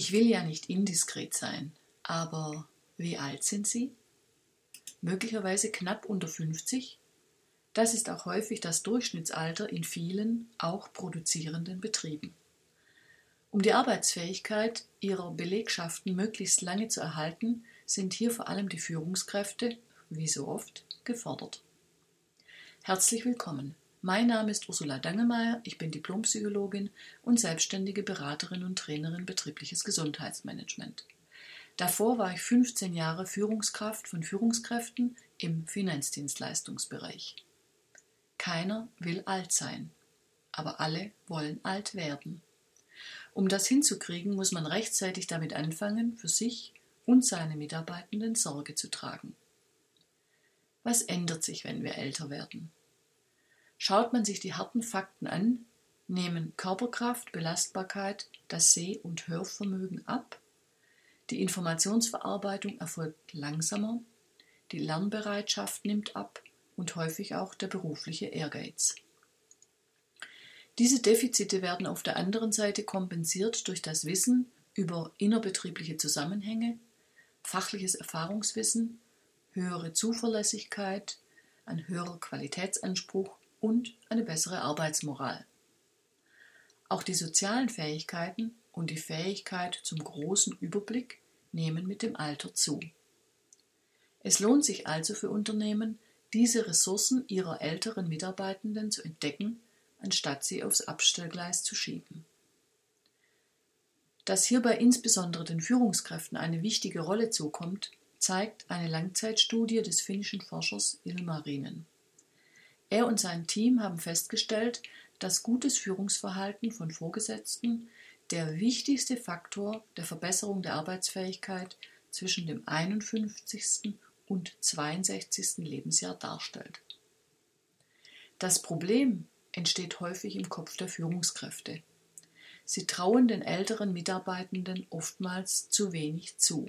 Ich will ja nicht indiskret sein, aber wie alt sind Sie? Möglicherweise knapp unter 50? Das ist auch häufig das Durchschnittsalter in vielen, auch produzierenden Betrieben. Um die Arbeitsfähigkeit Ihrer Belegschaften möglichst lange zu erhalten, sind hier vor allem die Führungskräfte, wie so oft, gefordert. Herzlich willkommen. Mein Name ist Ursula Dangelmeier, ich bin Diplompsychologin und selbstständige Beraterin und Trainerin betriebliches Gesundheitsmanagement. Davor war ich 15 Jahre Führungskraft von Führungskräften im Finanzdienstleistungsbereich. Keiner will alt sein, aber alle wollen alt werden. Um das hinzukriegen, muss man rechtzeitig damit anfangen, für sich und seine Mitarbeitenden Sorge zu tragen. Was ändert sich, wenn wir älter werden? Schaut man sich die harten Fakten an, nehmen Körperkraft, Belastbarkeit, das Seh- und Hörvermögen ab, die Informationsverarbeitung erfolgt langsamer, die Lernbereitschaft nimmt ab und häufig auch der berufliche Ehrgeiz. Diese Defizite werden auf der anderen Seite kompensiert durch das Wissen über innerbetriebliche Zusammenhänge, fachliches Erfahrungswissen, höhere Zuverlässigkeit, ein höherer Qualitätsanspruch und eine bessere Arbeitsmoral. Auch die sozialen Fähigkeiten und die Fähigkeit zum großen Überblick nehmen mit dem Alter zu. Es lohnt sich also für Unternehmen, diese Ressourcen ihrer älteren Mitarbeitenden zu entdecken, anstatt sie aufs Abstellgleis zu schieben. Dass hierbei insbesondere den Führungskräften eine wichtige Rolle zukommt, zeigt eine Langzeitstudie des finnischen Forschers Ilmarinen. Er und sein Team haben festgestellt, dass gutes Führungsverhalten von Vorgesetzten der wichtigste Faktor der Verbesserung der Arbeitsfähigkeit zwischen dem 51. und 62. Lebensjahr darstellt. Das Problem entsteht häufig im Kopf der Führungskräfte. Sie trauen den älteren Mitarbeitenden oftmals zu wenig zu.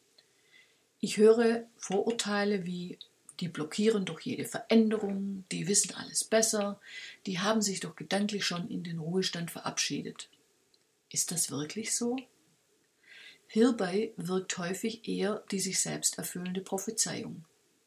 Ich höre Vorurteile wie: die blockieren doch jede Veränderung, die wissen alles besser, die haben sich doch gedanklich schon in den Ruhestand verabschiedet. Ist das wirklich so? Hierbei wirkt häufig eher die sich selbst erfüllende Prophezeiung.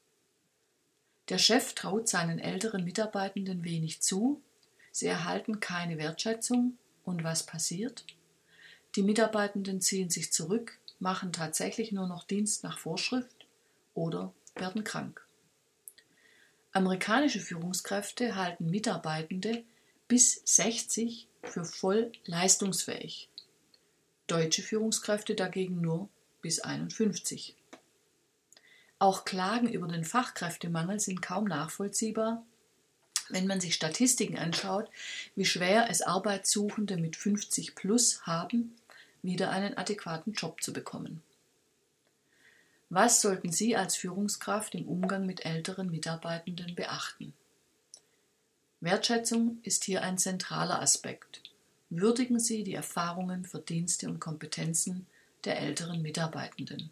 Der Chef traut seinen älteren Mitarbeitenden wenig zu, sie erhalten keine Wertschätzung und was passiert? Die Mitarbeitenden ziehen sich zurück, machen tatsächlich nur noch Dienst nach Vorschrift oder werden krank. Amerikanische Führungskräfte halten Mitarbeitende bis 60 für voll leistungsfähig. Deutsche Führungskräfte dagegen nur bis 51. Auch Klagen über den Fachkräftemangel sind kaum nachvollziehbar, wenn man sich Statistiken anschaut, wie schwer es Arbeitssuchende mit 50 plus haben, wieder einen adäquaten Job zu bekommen. Was sollten Sie als Führungskraft im Umgang mit älteren Mitarbeitenden beachten? Wertschätzung ist hier ein zentraler Aspekt. Würdigen Sie die Erfahrungen, Verdienste und Kompetenzen der älteren Mitarbeitenden.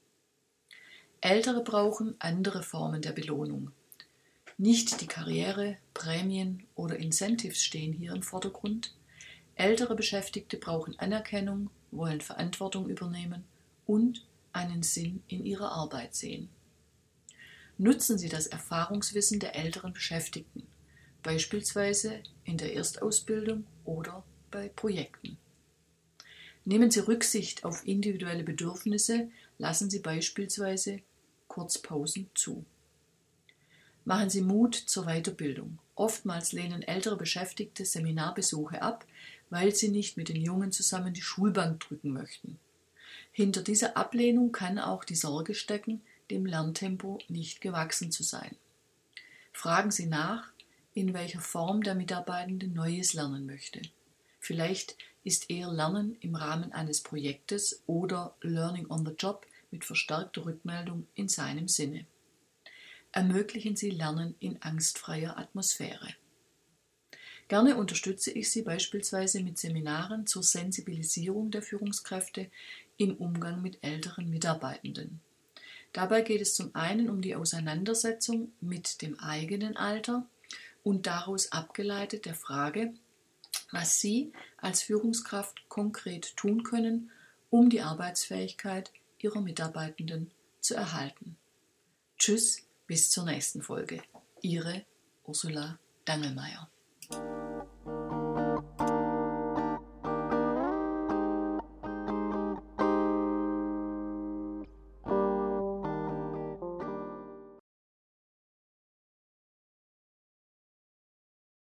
Ältere brauchen andere Formen der Belohnung. Nicht die Karriere, Prämien oder Incentives stehen hier im Vordergrund. Ältere Beschäftigte brauchen Anerkennung, wollen Verantwortung übernehmen und einen Sinn in ihrer Arbeit sehen. Nutzen Sie das Erfahrungswissen der älteren Beschäftigten, beispielsweise in der Erstausbildung oder bei Projekten. Nehmen Sie Rücksicht auf individuelle Bedürfnisse, lassen Sie beispielsweise Kurzpausen zu. Machen Sie Mut zur Weiterbildung. Oftmals lehnen ältere Beschäftigte Seminarbesuche ab, weil sie nicht mit den Jungen zusammen die Schulbank drücken möchten. Hinter dieser Ablehnung kann auch die Sorge stecken, dem Lerntempo nicht gewachsen zu sein. Fragen Sie nach, in welcher Form der Mitarbeitende Neues lernen möchte. Vielleicht ist eher Lernen im Rahmen eines Projektes oder Learning on the Job mit verstärkter Rückmeldung in seinem Sinne. Ermöglichen Sie Lernen in angstfreier Atmosphäre. Gerne unterstütze ich Sie beispielsweise mit Seminaren zur Sensibilisierung der Führungskräfte im Umgang mit älteren Mitarbeitenden. Dabei geht es zum einen um die Auseinandersetzung mit dem eigenen Alter und daraus abgeleitet der Frage, was Sie als Führungskraft konkret tun können, um die Arbeitsfähigkeit ihrer Mitarbeitenden zu erhalten. Tschüss, bis zur nächsten Folge. Ihre Ursula Dangelmeier.